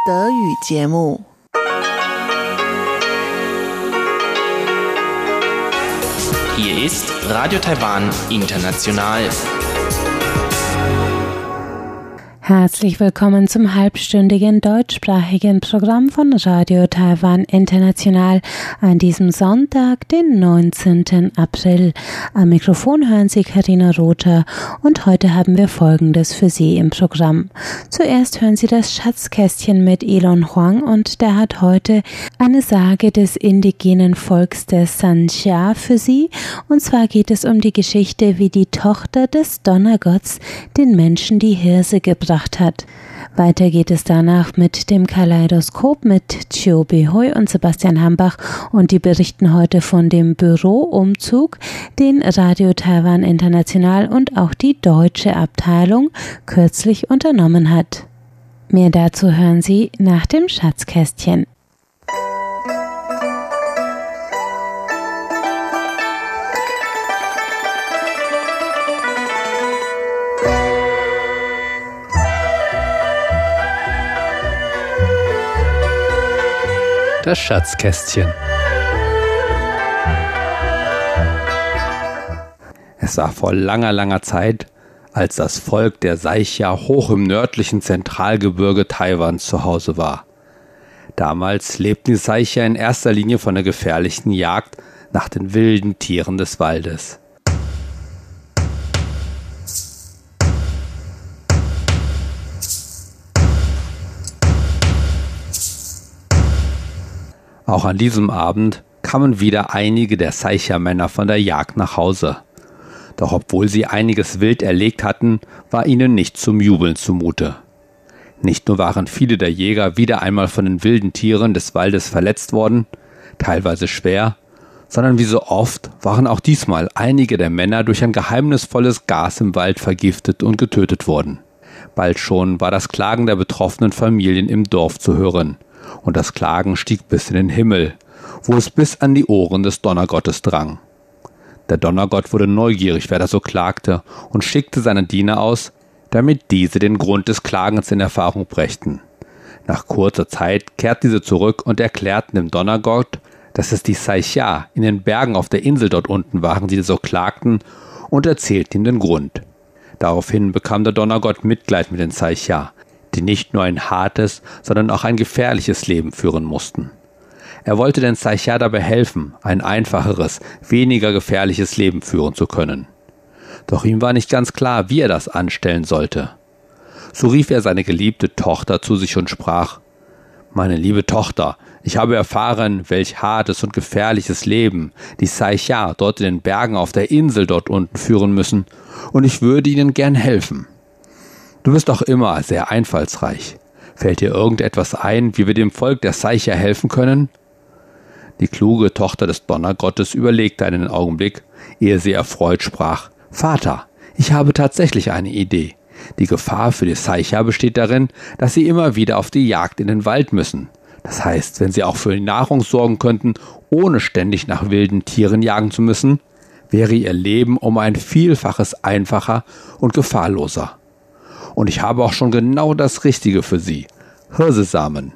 Hier ist Radio Taiwan International. Herzlich willkommen zum halbstündigen deutschsprachigen Programm von Radio Taiwan International an diesem Sonntag, den 19. April. Am Mikrofon hören Sie Karina Rother und heute haben wir Folgendes für Sie im Programm. Zuerst hören Sie das Schatzkästchen mit Elon Huang und der hat heute eine Sage des indigenen Volks der Sanxia für Sie. Und zwar geht es um die Geschichte, wie die Tochter des Donnergotts den Menschen die Hirse gebracht hat. Weiter geht es danach mit dem Kaleidoskop mit Chiu Behui und Sebastian Hambach und die berichten heute von dem Büroumzug, den Radio Taiwan International und auch die deutsche Abteilung kürzlich unternommen hat. Mehr dazu hören Sie nach dem Schatzkästchen. Das Schatzkästchen. Es war vor langer, langer Zeit, als das Volk der Saichia hoch im nördlichen Zentralgebirge Taiwans zu Hause war. Damals lebten die Saichia in erster Linie von der gefährlichen Jagd nach den wilden Tieren des Waldes. Auch an diesem Abend kamen wieder einige der Saichia-Männer von der Jagd nach Hause. Doch obwohl sie einiges Wild erlegt hatten, war ihnen nicht zum Jubeln zumute. Nicht nur waren viele der Jäger wieder einmal von den wilden Tieren des Waldes verletzt worden, teilweise schwer, sondern wie so oft waren auch diesmal einige der Männer durch ein geheimnisvolles Gas im Wald vergiftet und getötet worden. Bald schon war das Klagen der betroffenen Familien im Dorf zu hören. Und das Klagen stieg bis in den Himmel, wo es bis an die Ohren des Donnergottes drang. Der Donnergott wurde neugierig, wer da so klagte, und schickte seine Diener aus, damit diese den Grund des Klagens in Erfahrung brächten. Nach kurzer Zeit kehrten diese zurück und erklärten dem Donnergott, dass es die Saichia in den Bergen auf der Insel dort unten waren, die so klagten, und erzählten ihm den Grund. Daraufhin bekam der Donnergott Mitleid mit den Saichia, die nicht nur ein hartes, sondern auch ein gefährliches Leben führen mussten. Er wollte den Saichia dabei helfen, ein einfacheres, weniger gefährliches Leben führen zu können. Doch ihm war nicht ganz klar, wie er das anstellen sollte. So rief er seine geliebte Tochter zu sich und sprach: »Meine liebe Tochter, ich habe erfahren, welch hartes und gefährliches Leben die Saichia dort in den Bergen auf der Insel dort unten führen müssen, und ich würde ihnen gern helfen. Du bist doch immer sehr einfallsreich. Fällt dir irgendetwas ein, wie wir dem Volk der Saichia helfen können?« Die kluge Tochter des Donnergottes überlegte einen Augenblick, ehe sie erfreut sprach: »Vater, ich habe tatsächlich eine Idee. Die Gefahr für die Saichia besteht darin, dass sie immer wieder auf die Jagd in den Wald müssen. Das heißt, wenn sie auch für die Nahrung sorgen könnten, ohne ständig nach wilden Tieren jagen zu müssen, wäre ihr Leben um ein Vielfaches einfacher und gefahrloser. Und ich habe auch schon genau das Richtige für sie: Hirsesamen.«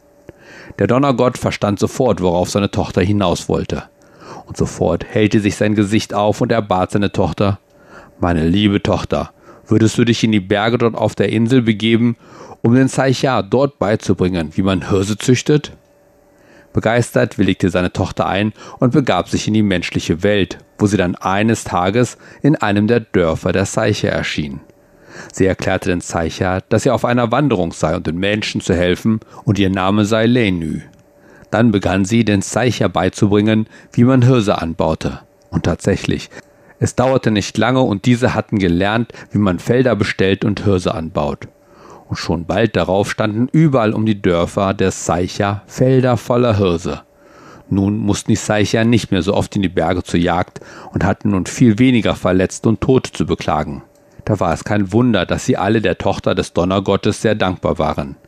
Der Donnergott verstand sofort, worauf seine Tochter hinaus wollte. Und sofort hellte sich sein Gesicht auf und er bat seine Tochter: »Meine liebe Tochter, würdest du dich in die Berge dort auf der Insel begeben, um den Saichia dort beizubringen, wie man Hirse züchtet?« Begeistert willigte seine Tochter ein und begab sich in die menschliche Welt, wo sie dann eines Tages in einem der Dörfer der Saichia erschien. Sie erklärte den Saichia, dass sie auf einer Wanderung sei, um den Menschen zu helfen, und ihr Name sei Lenü. Dann begann sie, den Saichia beizubringen, wie man Hirse anbaute. Und tatsächlich, es dauerte nicht lange und diese hatten gelernt, wie man Felder bestellt und Hirse anbaut. Und schon bald darauf standen überall um die Dörfer der Saichia Felder voller Hirse. Nun mussten die Saichia nicht mehr so oft in die Berge zur Jagd und hatten nun viel weniger Verletzte und Tote zu beklagen. Da war es kein Wunder, dass sie alle der Tochter des Donnergottes sehr dankbar waren.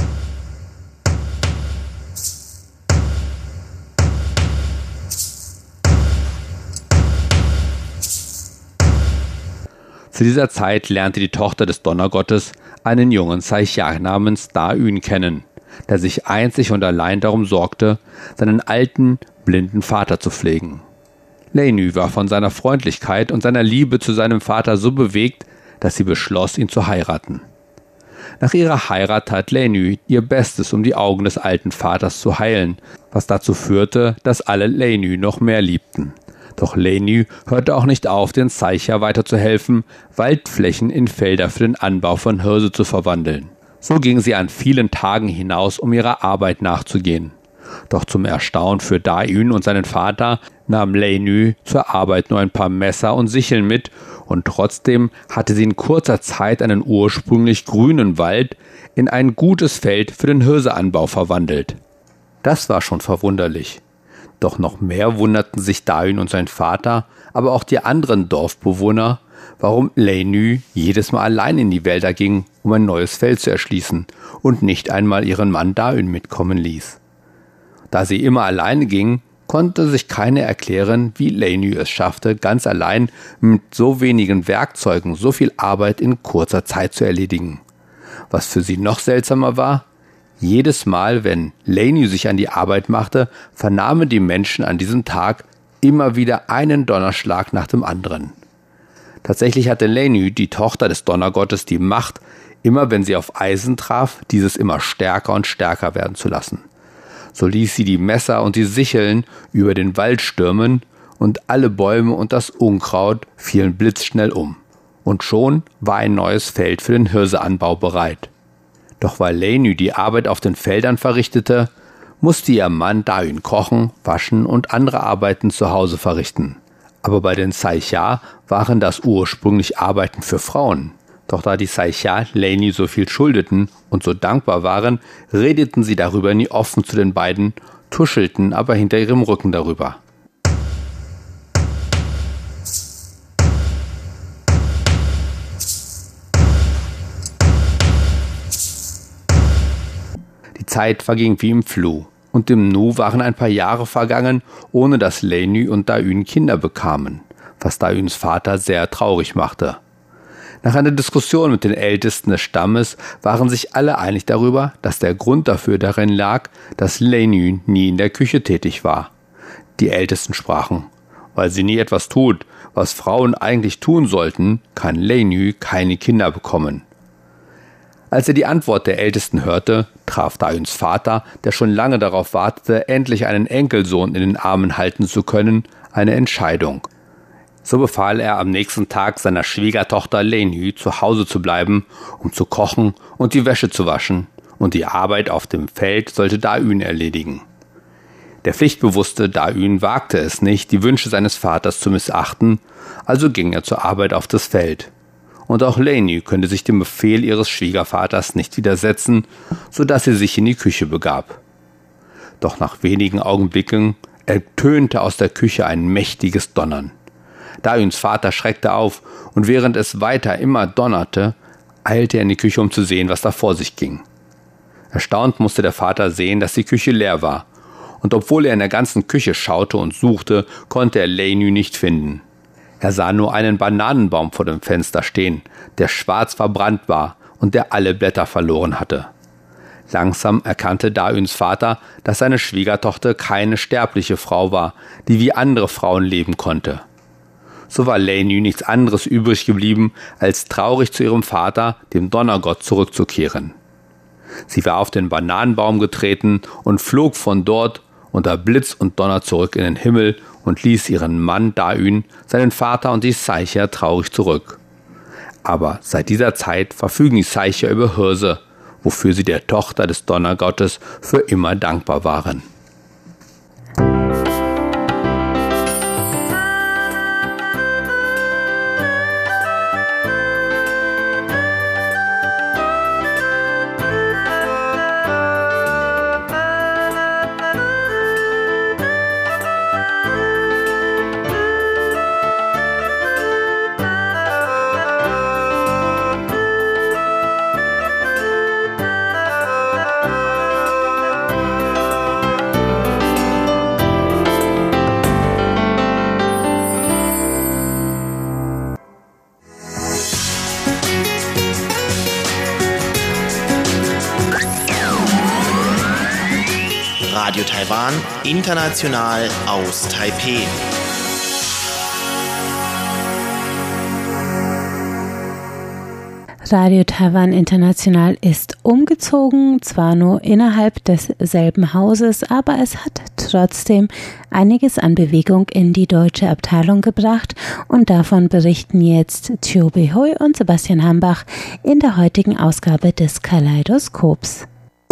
Zu dieser Zeit lernte die Tochter des Donnergottes einen jungen Saichia namens Da Yun kennen, der sich einzig und allein darum sorgte, seinen alten, blinden Vater zu pflegen. Leinü war von seiner Freundlichkeit und seiner Liebe zu seinem Vater so bewegt, dass sie beschloss, ihn zu heiraten. Nach ihrer Heirat tat Leinü ihr Bestes, um die Augen des alten Vaters zu heilen, was dazu führte, dass alle Leinü noch mehr liebten. Doch Leinü hörte auch nicht auf, den Saicha weiterzuhelfen, Waldflächen in Felder für den Anbau von Hirse zu verwandeln. So ging sie an vielen Tagen hinaus, um ihrer Arbeit nachzugehen. Doch zum Erstaunen für Da-Yun und seinen Vater nahm Leinü zur Arbeit nur ein paar Messer und Sicheln mit, und trotzdem hatte sie in kurzer Zeit einen ursprünglich grünen Wald in ein gutes Feld für den Hirseanbau verwandelt. Das war schon verwunderlich. Doch noch mehr wunderten sich Da-Yun und sein Vater, aber auch die anderen Dorfbewohner, warum Leinü jedes Mal allein in die Wälder ging, um ein neues Feld zu erschließen und nicht einmal ihren Mann Da-Yun mitkommen ließ. Da sie immer alleine ging, konnte sich keiner erklären, wie Leinü es schaffte, ganz allein mit so wenigen Werkzeugen so viel Arbeit in kurzer Zeit zu erledigen. Was für sie noch seltsamer war: Jedes Mal, wenn Leinü sich an die Arbeit machte, vernahmen die Menschen an diesem Tag immer wieder einen Donnerschlag nach dem anderen. Tatsächlich hatte Leinü, die Tochter des Donnergottes, die Macht, immer wenn sie auf Eisen traf, dieses immer stärker und stärker werden zu lassen. So ließ sie die Messer und die Sicheln über den Wald stürmen, und alle Bäume und das Unkraut fielen blitzschnell um. Und schon war ein neues Feld für den Hirseanbau bereit. Doch weil Leinü die Arbeit auf den Feldern verrichtete, musste ihr Mann Da-Yun kochen, waschen und andere Arbeiten zu Hause verrichten. Aber bei den Saicha waren das ursprünglich Arbeiten für Frauen. Doch da die Saicha Leinü so viel schuldeten und so dankbar waren, redeten sie darüber nie offen zu den beiden, tuschelten aber hinter ihrem Rücken darüber. Die Zeit verging wie im Flug, und im Nu waren ein paar Jahre vergangen, ohne dass Leinü und Da-Yun Kinder bekamen, was Da-Yuns Vater sehr traurig machte. Nach einer Diskussion mit den Ältesten des Stammes waren sich alle einig darüber, dass der Grund dafür darin lag, dass Leinü nie in der Küche tätig war. Die Ältesten sprachen: Weil sie nie etwas tut, was Frauen eigentlich tun sollten, kann Leinü keine Kinder bekommen. Als er die Antwort der Ältesten hörte, traf Da-Yuns Vater, der schon lange darauf wartete, endlich einen Enkelsohn in den Armen halten zu können, eine Entscheidung. So befahl er am nächsten Tag seiner Schwiegertochter Leinü, zu Hause zu bleiben, um zu kochen und die Wäsche zu waschen, und die Arbeit auf dem Feld sollte Da-Yun erledigen. Der pflichtbewusste Da-Yun wagte es nicht, die Wünsche seines Vaters zu missachten, also ging er zur Arbeit auf das Feld. Und auch Leinü könnte sich dem Befehl ihres Schwiegervaters nicht widersetzen, so dass sie sich in die Küche begab. Doch nach wenigen Augenblicken ertönte aus der Küche ein mächtiges Donnern. Da-Yuns Vater schreckte auf, und während es weiter immer donnerte, eilte er in die Küche, um zu sehen, was da vor sich ging. Erstaunt musste der Vater sehen, dass die Küche leer war, und obwohl er in der ganzen Küche schaute und suchte, konnte er Leinü nicht finden. Er sah nur einen Bananenbaum vor dem Fenster stehen, der schwarz verbrannt war und der alle Blätter verloren hatte. Langsam erkannte Da-Yuns Vater, dass seine Schwiegertochter keine sterbliche Frau war, die wie andere Frauen leben konnte. So war Leinü nichts anderes übrig geblieben, als traurig zu ihrem Vater, dem Donnergott, zurückzukehren. Sie war auf den Bananenbaum getreten und flog von dort unter Blitz und Donner zurück in den Himmel und ließ ihren Mann Da-Yun, seinen Vater und die Saicha traurig zurück. Aber seit dieser Zeit verfügen die Saicha über Hirse, wofür sie der Tochter des Donnergottes für immer dankbar waren. Radio Taiwan, international aus Taipeh. Radio Taiwan International ist umgezogen, zwar nur innerhalb desselben Hauses, aber es hat trotzdem einiges an Bewegung in die deutsche Abteilung gebracht und davon berichten jetzt Chiu Bei-hui und Sebastian Hambach in der heutigen Ausgabe des Kaleidoskops.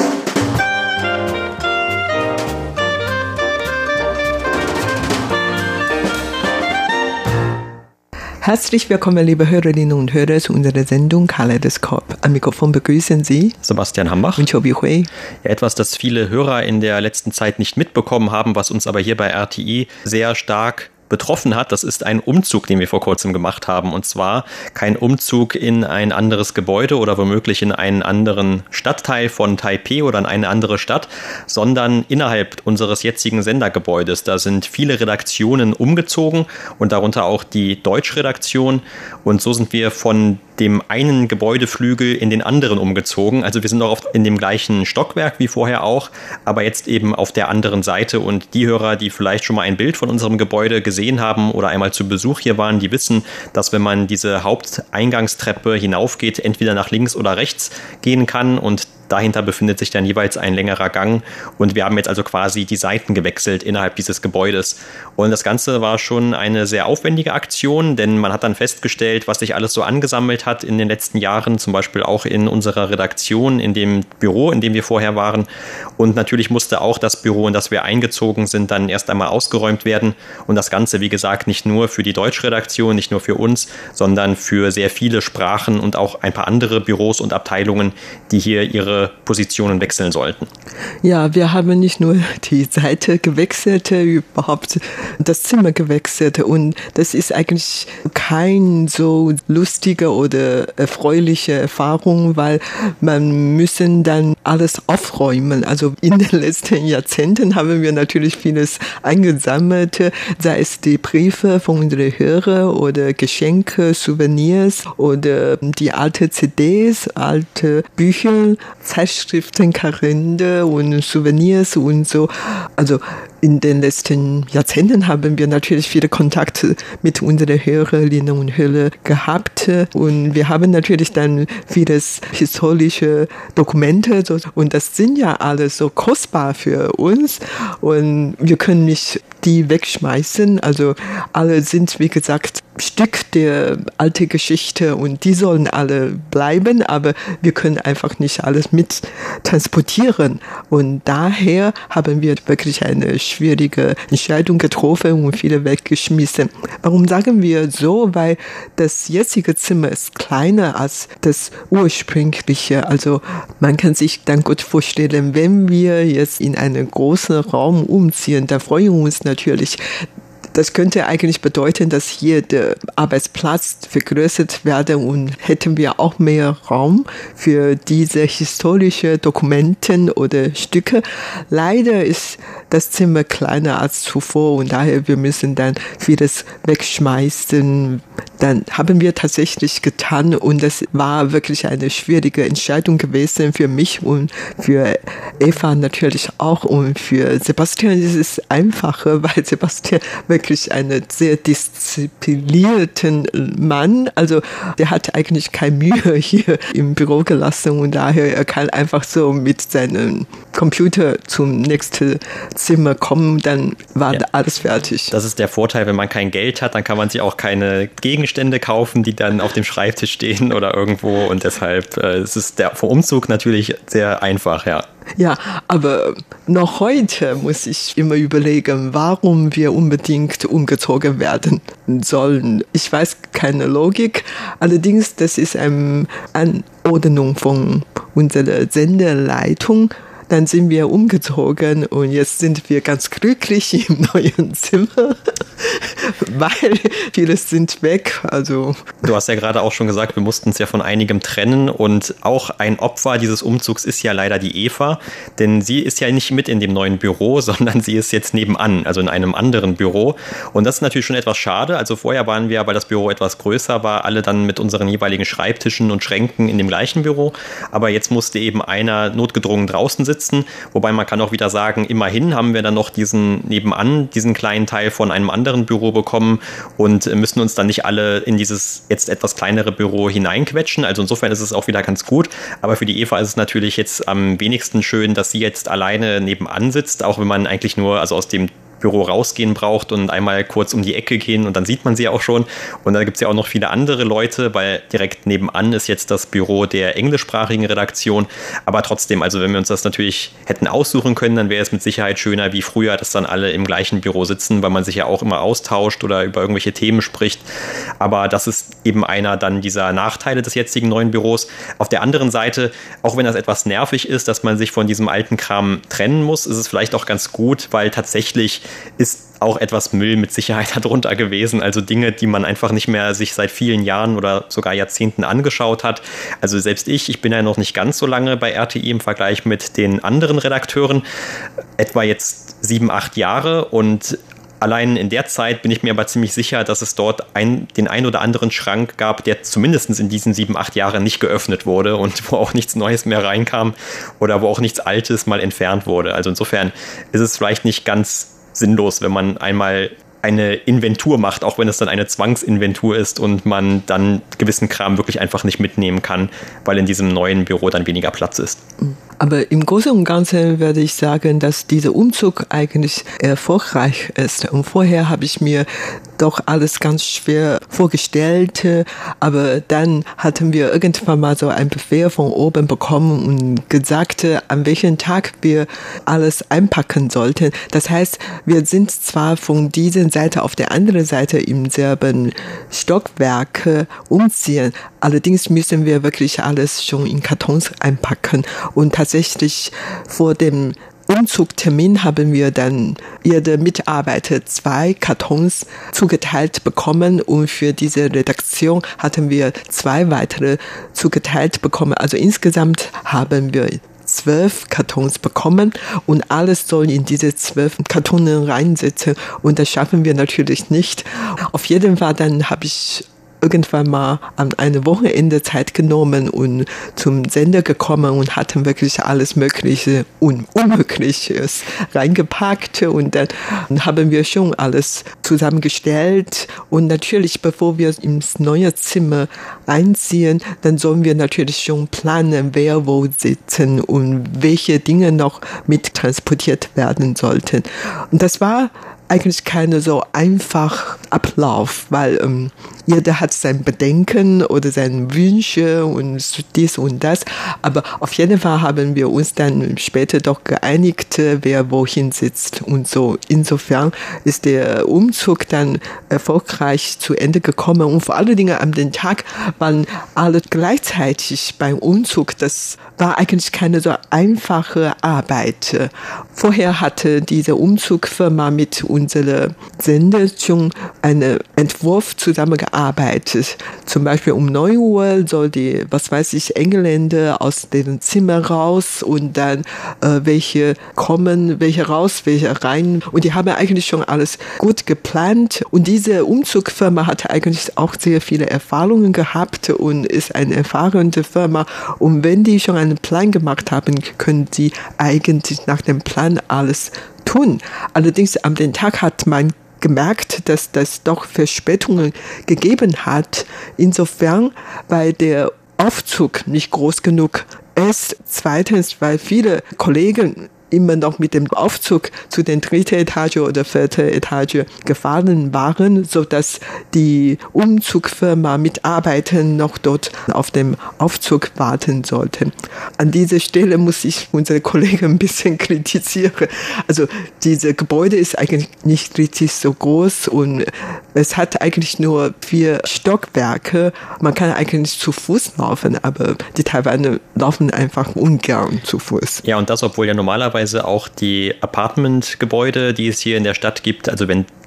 Herzlich willkommen, liebe Hörerinnen und Hörer, zu unserer Sendung Kaleidoskop. Am Mikrofon begrüßen Sie Sebastian Hambach und Chiu Bei-hui. Ja, etwas, das viele Hörer in der letzten Zeit nicht mitbekommen haben, was uns aber hier bei RTI sehr stark betroffen hat, das ist ein Umzug, den wir vor kurzem gemacht haben. Und zwar kein Umzug in ein anderes Gebäude oder womöglich in einen anderen Stadtteil von Taipeh oder in eine andere Stadt, sondern innerhalb unseres jetzigen Sendergebäudes. Da sind viele Redaktionen umgezogen und darunter auch die Deutschredaktion. Und so sind wir von dem einen Gebäudeflügel in den anderen umgezogen. Also wir sind noch in dem gleichen Stockwerk wie vorher auch, aber jetzt eben auf der anderen Seite. Und die Hörer, die vielleicht schon mal ein Bild von unserem Gebäude gesehen haben oder einmal zu Besuch hier waren, die wissen, dass wenn man diese Haupteingangstreppe hinaufgeht, entweder nach links oder rechts gehen kann und dahinter befindet sich dann jeweils ein längerer Gang und wir haben jetzt also quasi die Seiten gewechselt innerhalb dieses Gebäudes. Und das Ganze war schon eine sehr aufwendige Aktion, denn man hat dann festgestellt, was sich alles so angesammelt hat in den letzten Jahren, zum Beispiel auch in unserer Redaktion, in dem Büro, in dem wir vorher waren. Und natürlich musste auch das Büro, in das wir eingezogen sind, dann erst einmal ausgeräumt werden. Und das Ganze, wie gesagt, nicht nur für die Deutschredaktion, nicht nur für uns, sondern für sehr viele Sprachen und auch ein paar andere Büros und Abteilungen, die hier ihre Positionen wechseln sollten. Ja, wir haben nicht nur die Seite gewechselt, überhaupt das Zimmer gewechselt und das ist eigentlich kein so lustige oder erfreuliche Erfahrung, weil man müssen dann alles aufräumen. Also in den letzten Jahrzehnten haben wir natürlich vieles eingesammelt, sei es die Briefe von unseren Hörern oder Geschenke, Souvenirs oder die alte CDs, alte Bücher, Zeitschriften, Kalender und Souvenirs und so. Also in den letzten Jahrzehnten haben wir natürlich viele Kontakte mit unseren Hörerinnen und Hörern gehabt und wir haben natürlich dann vieles historische Dokumente und das sind ja alles so kostbar für uns und wir können nicht die wegschmeißen. Also alle sind, wie gesagt, Stück der alten Geschichte und die sollen alle bleiben, aber wir können einfach nicht alles mit transportieren. Und daher haben wir wirklich eine schwierige Entscheidung getroffen und viele weggeschmissen. Warum sagen wir so? Weil das jetzige Zimmer ist kleiner als das ursprüngliche. Also man kann sich dann gut vorstellen, wenn wir jetzt in einen großen Raum umziehen, da freuen wir uns natürlich. Das könnte eigentlich bedeuten, dass hier der Arbeitsplatz vergrößert werde und hätten wir auch mehr Raum für diese historischen Dokumenten oder Stücke. Leider ist das Zimmer kleiner als zuvor und daher wir müssen dann vieles wegschmeißen. Dann haben wir tatsächlich getan und das war wirklich eine schwierige Entscheidung gewesen für mich und für Eva natürlich auch und für Sebastian ist es einfacher, weil Sebastian wirklich einen sehr disziplinierten Mann, also der hat eigentlich keine Mühe hier im Büro gelassen und daher er kann einfach so mit seinem Computer zum nächsten Zimmer kommen, dann war alles fertig. Das ist der Vorteil, wenn man kein Geld hat, dann kann man sich auch keine Gegenstände kaufen, die dann auf dem Schreibtisch stehen oder irgendwo und deshalb ist es vom Umzug natürlich sehr einfach, ja. Ja, aber noch heute muss ich immer überlegen, warum wir unbedingt umgezogen werden sollen. Ich weiß keine Logik, allerdings das ist eine Anordnung von unserer Sendeleitung. Dann sind wir umgezogen und jetzt sind wir ganz glücklich im neuen Zimmer. weil viele sind weg. Also du hast ja gerade auch schon gesagt, wir mussten uns ja von einigem trennen und auch ein Opfer dieses Umzugs ist ja leider die Eva, denn sie ist ja nicht mit in dem neuen Büro, sondern sie ist jetzt nebenan, also in einem anderen Büro und das ist natürlich schon etwas schade. Also vorher waren wir, weil das Büro etwas größer war, alle dann mit unseren jeweiligen Schreibtischen und Schränken in dem gleichen Büro, aber jetzt musste eben einer notgedrungen draußen sitzen, wobei man kann auch wieder sagen, immerhin haben wir dann noch diesen kleinen Teil von einem anderen Büro bekommen und müssen uns dann nicht alle in dieses jetzt etwas kleinere Büro hineinquetschen. Also insofern ist es auch wieder ganz gut. Aber für die Eva ist es natürlich jetzt am wenigsten schön, dass sie jetzt alleine nebenan sitzt, auch wenn man eigentlich nur aus dem Büro rausgehen braucht und einmal kurz um die Ecke gehen und dann sieht man sie ja auch schon. Und da gibt es ja auch noch viele andere Leute, weil direkt nebenan ist jetzt das Büro der englischsprachigen Redaktion. Aber trotzdem, also wenn wir uns das natürlich hätten aussuchen können, dann wäre es mit Sicherheit schöner wie früher, dass dann alle im gleichen Büro sitzen, weil man sich ja auch immer austauscht oder über irgendwelche Themen spricht. Aber das ist eben einer dann dieser Nachteile des jetzigen neuen Büros. Auf der anderen Seite, auch wenn das etwas nervig ist, dass man sich von diesem alten Kram trennen muss, ist es vielleicht auch ganz gut, weil tatsächlich ist auch etwas Müll mit Sicherheit darunter gewesen, also Dinge, die man einfach nicht mehr sich seit vielen Jahren oder sogar Jahrzehnten angeschaut hat. Also selbst ich bin ja noch nicht ganz so lange bei RTI im Vergleich mit den anderen Redakteuren, etwa jetzt 7, 8 Jahre und allein in der Zeit bin ich mir aber ziemlich sicher, dass es dort den ein oder anderen Schrank gab, der zumindest in diesen 7, 8 Jahren nicht geöffnet wurde und wo auch nichts Neues mehr reinkam oder wo auch nichts Altes mal entfernt wurde. Also insofern ist es vielleicht nicht ganz sinnlos, wenn man einmal eine Inventur macht, auch wenn es dann eine Zwangsinventur ist und man dann gewissen Kram wirklich einfach nicht mitnehmen kann, weil in diesem neuen Büro dann weniger Platz ist. Aber im Großen und Ganzen würde ich sagen, dass dieser Umzug eigentlich erfolgreich ist. Und vorher habe ich mir doch alles ganz schwer vorgestellt, aber dann hatten wir irgendwann mal so ein Befehl von oben bekommen und gesagt, an welchem Tag wir alles einpacken sollten. Das heißt, wir sind zwar von dieser Seite auf der anderen Seite im selben Stockwerk umziehen, allerdings müssen wir wirklich alles schon in Kartons einpacken und tatsächlich vor dem Umzugtermin haben wir dann jeder Mitarbeiter 2 Kartons zugeteilt bekommen und für diese Redaktion hatten wir 2 weitere zugeteilt bekommen. Also insgesamt haben wir 12 Kartons bekommen und alles soll in diese 12 Kartonen reinsitzen und das schaffen wir natürlich nicht. Auf jeden Fall dann habe ich irgendwann mal an einem Wochenende Zeit genommen und zum Sender gekommen und hatten wirklich alles Mögliche und Unmögliches reingepackt und dann haben wir schon alles zusammengestellt und natürlich, bevor wir ins neue Zimmer einziehen, dann sollen wir natürlich schon planen, wer wo sitzen und welche Dinge noch mit transportiert werden sollten. Und das war eigentlich keine so einfach Ablauf, weil jeder hat sein Bedenken oder seine Wünsche und dies und das. Aber auf jeden Fall haben wir uns dann später doch geeinigt, wer wohin sitzt und so. Insofern ist der Umzug dann erfolgreich zu Ende gekommen und vor allen Dingen an dem Tag waren alle gleichzeitig beim Umzug. Das war eigentlich keine so einfache Arbeit. Vorher hatte diese Umzugfirma mit unserer Sender schon einen Entwurf zusammengearbeitet. Zum Beispiel um 9 Uhr soll die, Engländer aus deren Zimmer raus und dann welche kommen, welche raus, welche rein. Und die haben eigentlich schon alles gut geplant. Und diese Umzugfirma hatte eigentlich auch sehr viele Erfahrungen gehabt und ist eine erfahrene Firma. Und wenn die schon einen Plan gemacht haben, können sie eigentlich nach dem Plan alles tun. Allerdings an dem Tag hat man gemerkt, dass das doch Verspätungen gegeben hat. Insofern, weil der Aufzug nicht groß genug ist. Zweitens, weil viele Kollegen immer noch mit dem Aufzug zu den 3. Etage oder 4. Etage gefahren waren, so dass die Umzugfirma Mitarbeiter noch dort auf dem Aufzug warten sollten. An dieser Stelle muss ich unsere Kollegen ein bisschen kritisieren. Also dieses Gebäude ist eigentlich nicht richtig so groß und es hat eigentlich nur 4 Stockwerke. Man kann eigentlich zu Fuß laufen, aber die Taiwaner laufen einfach ungern zu Fuß. Ja, und das, obwohl ja normalerweise auch die Apartmentgebäude, die es hier in der Stadt gibt, also wenn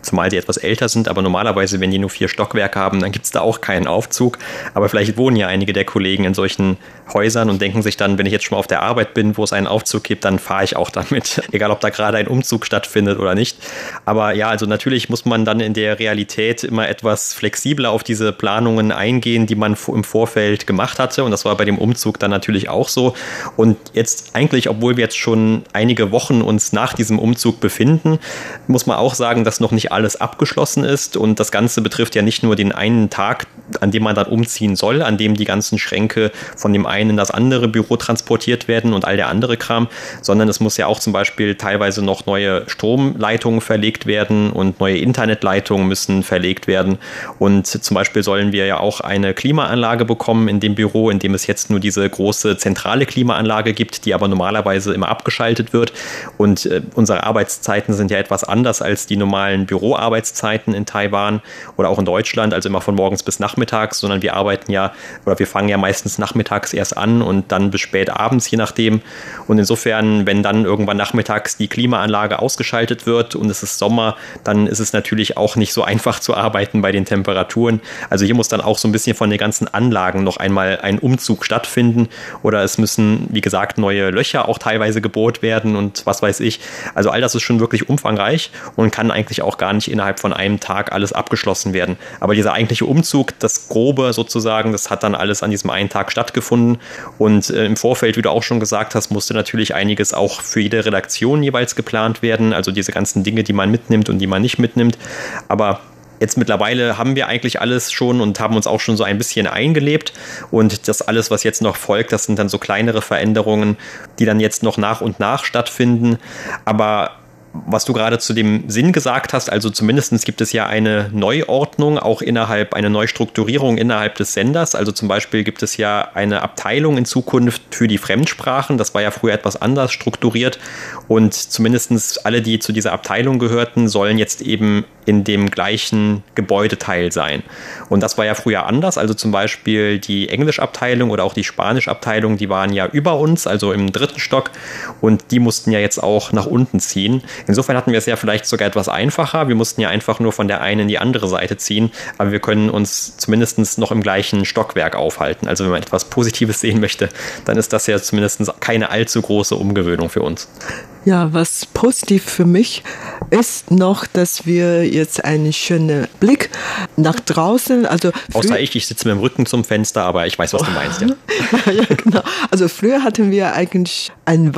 zumal sie etwas älter sind, aber normalerweise, wenn die nur 4 Stockwerke haben, dann gibt es da auch keinen Aufzug. Aber vielleicht wohnen ja einige der Kollegen in solchen Häusern und denken sich dann, wenn ich jetzt schon mal auf der Arbeit bin, wo es einen Aufzug gibt, dann fahre ich auch damit, egal ob da gerade ein Umzug stattfindet oder nicht. Aber ja, also natürlich muss man dann in der Realität immer etwas flexibler auf diese Planungen eingehen, die man im Vorfeld gemacht hatte, und das war bei dem Umzug dann natürlich auch so. Und jetzt eigentlich, obwohl wir jetzt schon einige Wochen uns nach diesem Umzug befinden, muss man auch sagen, dass noch nicht alles abgeschlossen ist, und das Ganze betrifft ja nicht nur den einen Tag, an dem man dann umziehen soll, an dem die ganzen Schränke von dem einen in das andere Büro transportiert werden und all der andere Kram, sondern es muss ja auch zum Beispiel teilweise noch neue Stromleitungen verlegt werden und neue Internetleitungen müssen verlegt werden, und zum Beispiel sollen wir ja auch eine Klimaanlage bekommen in dem Büro, in dem es jetzt nur diese große zentrale Klimaanlage gibt, die aber normalerweise immer abgeschaltet wird, und unsere Arbeitszeiten sind ja etwas anders als die normalen Büroarbeitszeiten in Taiwan oder auch in Deutschland, also immer von morgens bis nachmittags, sondern wir arbeiten ja, oder wir fangen ja meistens nachmittags erst an und dann bis spät abends, je nachdem. Und insofern, wenn dann irgendwann nachmittags die Klimaanlage ausgeschaltet wird und es ist Sommer, dann ist es natürlich auch nicht so einfach zu arbeiten bei den Temperaturen. Also hier muss dann auch so ein bisschen von den ganzen Anlagen noch einmal ein Umzug stattfinden, oder es müssen, wie gesagt, neue Löcher auch teilweise gebohrt werden und was weiß ich. Also all das ist schon wirklich umfangreich und kann eigentlich auch gar nicht innerhalb von einem Tag alles abgeschlossen werden. Aber dieser eigentliche Umzug, das Grobe sozusagen, das hat dann alles an diesem einen Tag stattgefunden, und im Vorfeld, wie du auch schon gesagt hast, musste natürlich einiges auch für jede Redaktion jeweils geplant werden, also diese ganzen Dinge, die man mitnimmt und die man nicht mitnimmt. Aber jetzt mittlerweile haben wir eigentlich alles schon und haben uns auch schon so ein bisschen eingelebt, und das alles, was jetzt noch folgt, das sind dann so kleinere Veränderungen, die dann jetzt noch nach und nach stattfinden. Aber was du gerade zu dem Sinn gesagt hast, also zumindest gibt es ja eine Neuordnung, auch eine Neustrukturierung innerhalb des Senders. Also zum Beispiel gibt es ja eine Abteilung in Zukunft für die Fremdsprachen. Das war ja früher etwas anders strukturiert, und zumindest alle, die zu dieser Abteilung gehörten, sollen jetzt eben in dem gleichen Gebäudeteil sein. Und das war ja früher anders. Also zum Beispiel die Englischabteilung oder auch die Spanischabteilung, die waren ja über uns, also im 3. Stock, und die mussten ja jetzt auch nach unten ziehen. Insofern hatten wir es ja vielleicht sogar etwas einfacher. Wir mussten ja einfach nur von der einen in die andere Seite ziehen, aber wir können uns zumindest noch im gleichen Stockwerk aufhalten. Also wenn man etwas Positives sehen möchte, dann ist das ja zumindest keine allzu große Umgewöhnung für uns. Ja, was positiv für mich ist noch, dass wir jetzt einen schönen Blick nach draußen, also außer ich sitze mit dem Rücken zum Fenster, aber ich weiß, was du meinst, ja. Ja, genau. Also früher hatten wir eigentlich einen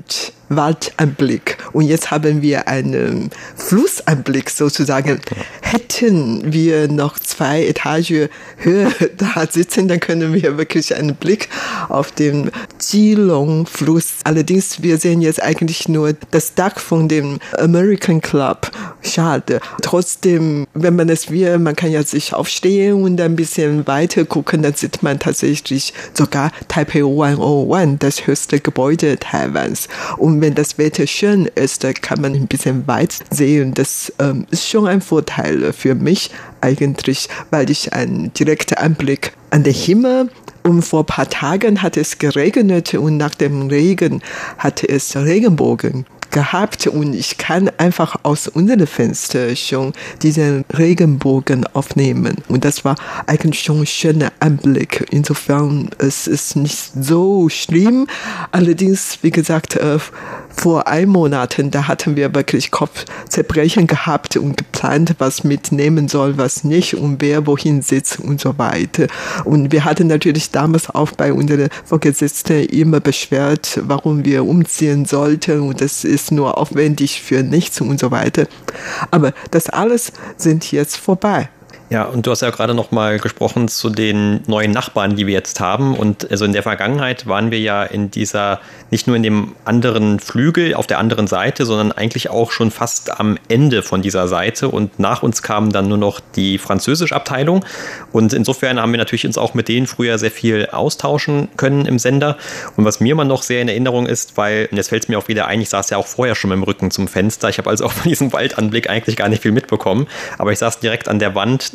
Waldanblick, und jetzt haben wir einen Flussanblick sozusagen. Hätten wir noch 2 Etagen höher da sitzen, dann können wir wirklich einen Blick auf den Keelung-Fluss. Allerdings, wir sehen jetzt eigentlich nur das Dach von dem American Club. Schade. Trotzdem, wenn man es will, man kann ja sich aufstehen und ein bisschen weiter gucken, dann sieht man tatsächlich sogar Taipei 101, das höchste Gebäude Taiwans. Und wenn das Wetter schön ist, dann kann man ein bisschen weit sehen. Das ist schon ein Vorteil für mich eigentlich, weil ich einen direkten Anblick an den Himmel. Und vor ein paar Tagen hat es geregnet, und nach dem Regen hat es Regenbogen gehabt, und ich kann einfach aus unserem Fenster schon diesen Regenbogen aufnehmen, und das war eigentlich schon ein schöner Anblick. Insofern es ist nicht so schlimm. Allerdings, wie gesagt, vor 1 Monat, da hatten wir wirklich Kopfzerbrechen gehabt und geplant, was mitnehmen soll, was nicht, und wer wohin sitzt und so weiter. Und wir hatten natürlich damals auch bei unseren Vorgesetzten immer beschwert, warum wir umziehen sollten, und das ist nur aufwendig für nichts und so weiter. Aber das alles sind jetzt vorbei. Ja, und du hast ja gerade noch mal gesprochen zu den neuen Nachbarn, die wir jetzt haben. Und also in der Vergangenheit waren wir ja nicht nur in dem anderen Flügel auf der anderen Seite, sondern eigentlich auch schon fast am Ende von dieser Seite. Und nach uns kam dann nur noch die französische Abteilung. Und insofern haben wir natürlich uns auch mit denen früher sehr viel austauschen können im Sender. Und was mir immer noch sehr in Erinnerung ist, weil, und jetzt fällt es mir auch wieder ein, ich saß ja auch vorher schon mit dem Rücken zum Fenster. Ich habe also auch von diesem Waldanblick eigentlich gar nicht viel mitbekommen. Aber ich saß direkt an der Wand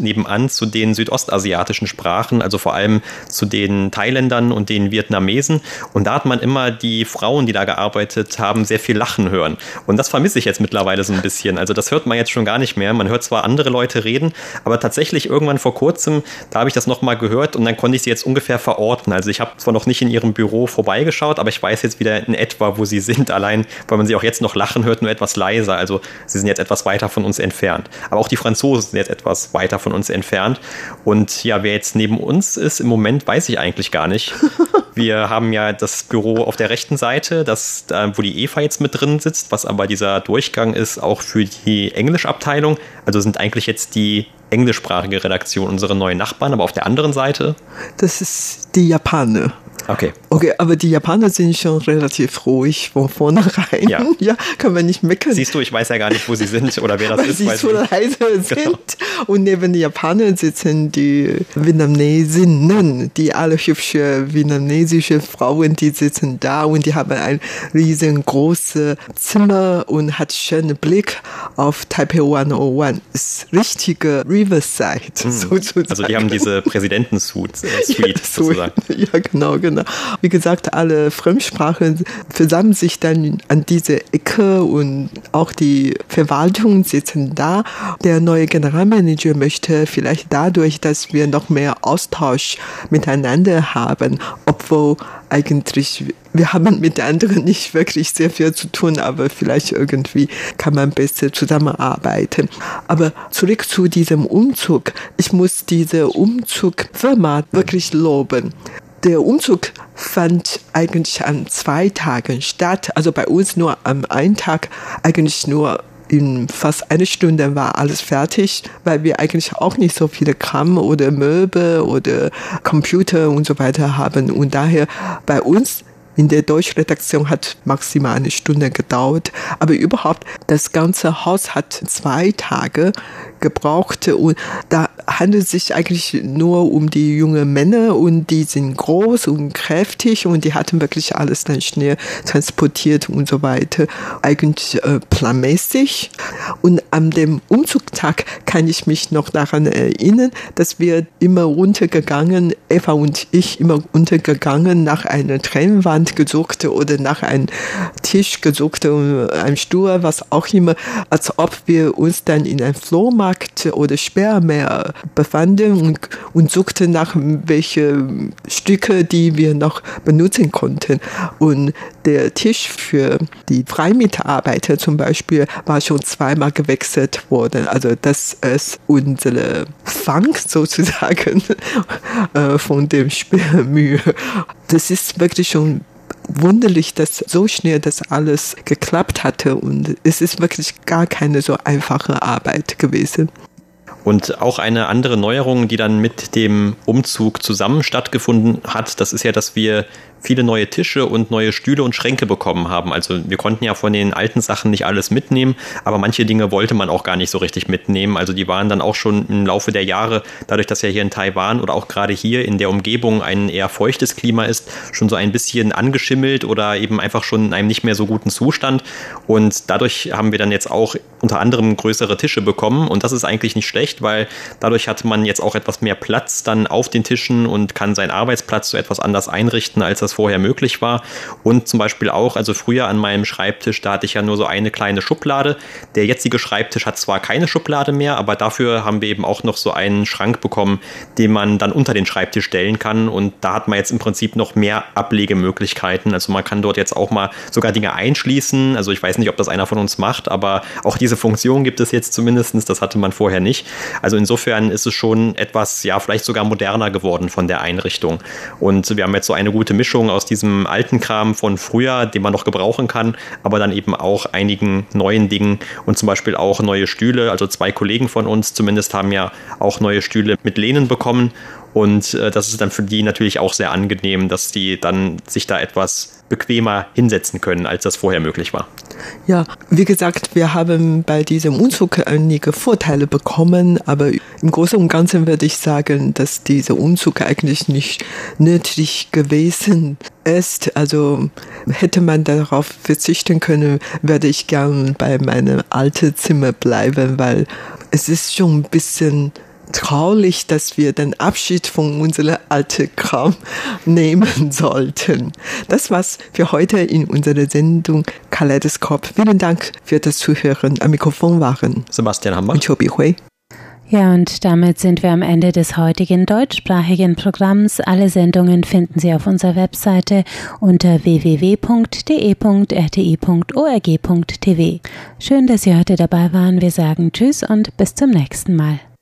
nebenan zu den südostasiatischen Sprachen, also vor allem zu den Thailändern und den Vietnamesen. Und da hat man immer die Frauen, die da gearbeitet haben, sehr viel lachen hören. Und das vermisse ich jetzt mittlerweile so ein bisschen. Also das hört man jetzt schon gar nicht mehr. Man hört zwar andere Leute reden, aber tatsächlich irgendwann vor kurzem, da habe ich das nochmal gehört und dann konnte ich sie jetzt ungefähr verorten. Also ich habe zwar noch nicht in ihrem Büro vorbeigeschaut, aber ich weiß jetzt wieder in etwa, wo sie sind, allein weil man sie auch jetzt noch lachen hört, nur etwas leiser. Also sie sind jetzt etwas weiter von uns entfernt. Aber auch die Franzosen sind jetzt etwas weiter von uns entfernt. Und ja, wer jetzt neben uns ist, im Moment weiß ich eigentlich gar nicht. Wir haben ja das Büro auf der rechten Seite, wo die Eva jetzt mit drin sitzt, was aber dieser Durchgang ist, auch für die Englischabteilung. Also sind eigentlich jetzt die englischsprachige Redaktion unsere neuen Nachbarn, aber auf der anderen Seite? Das ist die Japaner. Okay, aber die Japaner sind schon relativ ruhig von vornherein. Ja, kann man nicht meckern. Siehst du, ich weiß ja gar nicht, wo sie sind oder wer das weil ist. Sie so leise sind. Genau. Und neben den Japanern sitzen die Vietnamesinnen, die alle hübsche vietnamesische Frauen, die sitzen da und die haben ein riesengroßes Zimmer und hat schönen Blick auf Taipei 101. Ist richtige Riverside sozusagen. Also die haben diese Präsidentensuite sozusagen. Ja, genau. Wie gesagt, alle Fremdsprachen versammeln sich dann an diese Ecke und auch die Verwaltung sitzen da. Der neue Generalmanager möchte vielleicht dadurch, dass wir noch mehr Austausch miteinander haben, obwohl eigentlich wir haben mit anderen nicht wirklich sehr viel zu tun, aber vielleicht irgendwie kann man besser zusammenarbeiten. Aber zurück zu diesem Umzug. Ich muss diese Umzugfirma wirklich loben. Der Umzug fand eigentlich an 2 Tagen statt. Also bei uns nur am einen Tag, eigentlich nur in fast 1 Stunde war alles fertig, weil wir eigentlich auch nicht so viele Kram oder Möbel oder Computer und so weiter haben. Und daher bei uns in der Deutschredaktion hat maximal 1 Stunde gedauert. Aber überhaupt, das ganze Haus hat 2 Tage gebraucht. Und da handelt es sich eigentlich nur um die jungen Männer und die sind groß und kräftig und die hatten wirklich alles dann schnell transportiert und so weiter. Eigentlich planmäßig. Und an dem Umzugstag kann ich mich noch daran erinnern, dass wir immer runtergegangen, Eva und ich immer runtergegangen, nach einer Trennwand gesucht oder nach einem Tisch gesucht und einem Stuhl, was auch immer, als ob wir uns dann in einem Flohmarkt oder Sperrmeer befanden und suchten nach welche Stücke, die wir noch benutzen konnten. Und der Tisch für die Freimitarbeiter zum Beispiel war schon 2-mal gewechselt worden. Also das ist unsere Fang sozusagen von dem Sperrmühe. Das ist wirklich schon wunderlich, dass so schnell das alles geklappt hatte und es ist wirklich gar keine so einfache Arbeit gewesen. Und auch eine andere Neuerung, die dann mit dem Umzug zusammen stattgefunden hat, das ist ja, dass wir viele neue Tische und neue Stühle und Schränke bekommen haben. Also wir konnten ja von den alten Sachen nicht alles mitnehmen, aber manche Dinge wollte man auch gar nicht so richtig mitnehmen. Also die waren dann auch schon im Laufe der Jahre, dadurch, dass ja hier in Taiwan oder auch gerade hier in der Umgebung ein eher feuchtes Klima ist, schon so ein bisschen angeschimmelt oder eben einfach schon in einem nicht mehr so guten Zustand. Und dadurch haben wir dann jetzt auch unter anderem größere Tische bekommen und das ist eigentlich nicht schlecht, weil dadurch hat man jetzt auch etwas mehr Platz dann auf den Tischen und kann seinen Arbeitsplatz so etwas anders einrichten, als das vorher möglich war. Und zum Beispiel auch, also früher an meinem Schreibtisch, da hatte ich ja nur so eine kleine Schublade. Der jetzige Schreibtisch hat zwar keine Schublade mehr, aber dafür haben wir eben auch noch so einen Schrank bekommen, den man dann unter den Schreibtisch stellen kann. Und da hat man jetzt im Prinzip noch mehr Ablegemöglichkeiten. Also man kann dort jetzt auch mal sogar Dinge einschließen. Also ich weiß nicht, ob das einer von uns macht, aber auch diese Funktion gibt es jetzt zumindest. Das hatte man vorher nicht. Also insofern ist es schon etwas, ja, vielleicht sogar moderner geworden von der Einrichtung. Und wir haben jetzt so eine gute Mischung aus diesem alten Kram von früher, den man noch gebrauchen kann, aber dann eben auch einigen neuen Dingen und zum Beispiel auch neue Stühle. Also 2 Kollegen von uns zumindest haben ja auch neue Stühle mit Lehnen bekommen. Und das ist dann für die natürlich auch sehr angenehm, dass die dann sich da etwas bequemer hinsetzen können, als das vorher möglich war. Ja, wie gesagt, wir haben bei diesem Umzug einige Vorteile bekommen, aber im Großen und Ganzen würde ich sagen, dass dieser Umzug eigentlich nicht nötig gewesen ist. Also hätte man darauf verzichten können, würde ich gern bei meinem alten Zimmer bleiben, weil es ist schon ein bisschen traurig, dass wir den Abschied von unserem alten Kram nehmen sollten. Das war's für heute in unserer Sendung Kaleidoskop. Vielen Dank für das Zuhören. Am Mikrofon waren Sebastian Hambach und Chobi Hui. Ja, und damit sind wir am Ende des heutigen deutschsprachigen Programms. Alle Sendungen finden Sie auf unserer Webseite unter www.de.rti.org.tv. Schön, dass Sie heute dabei waren. Wir sagen Tschüss und bis zum nächsten Mal.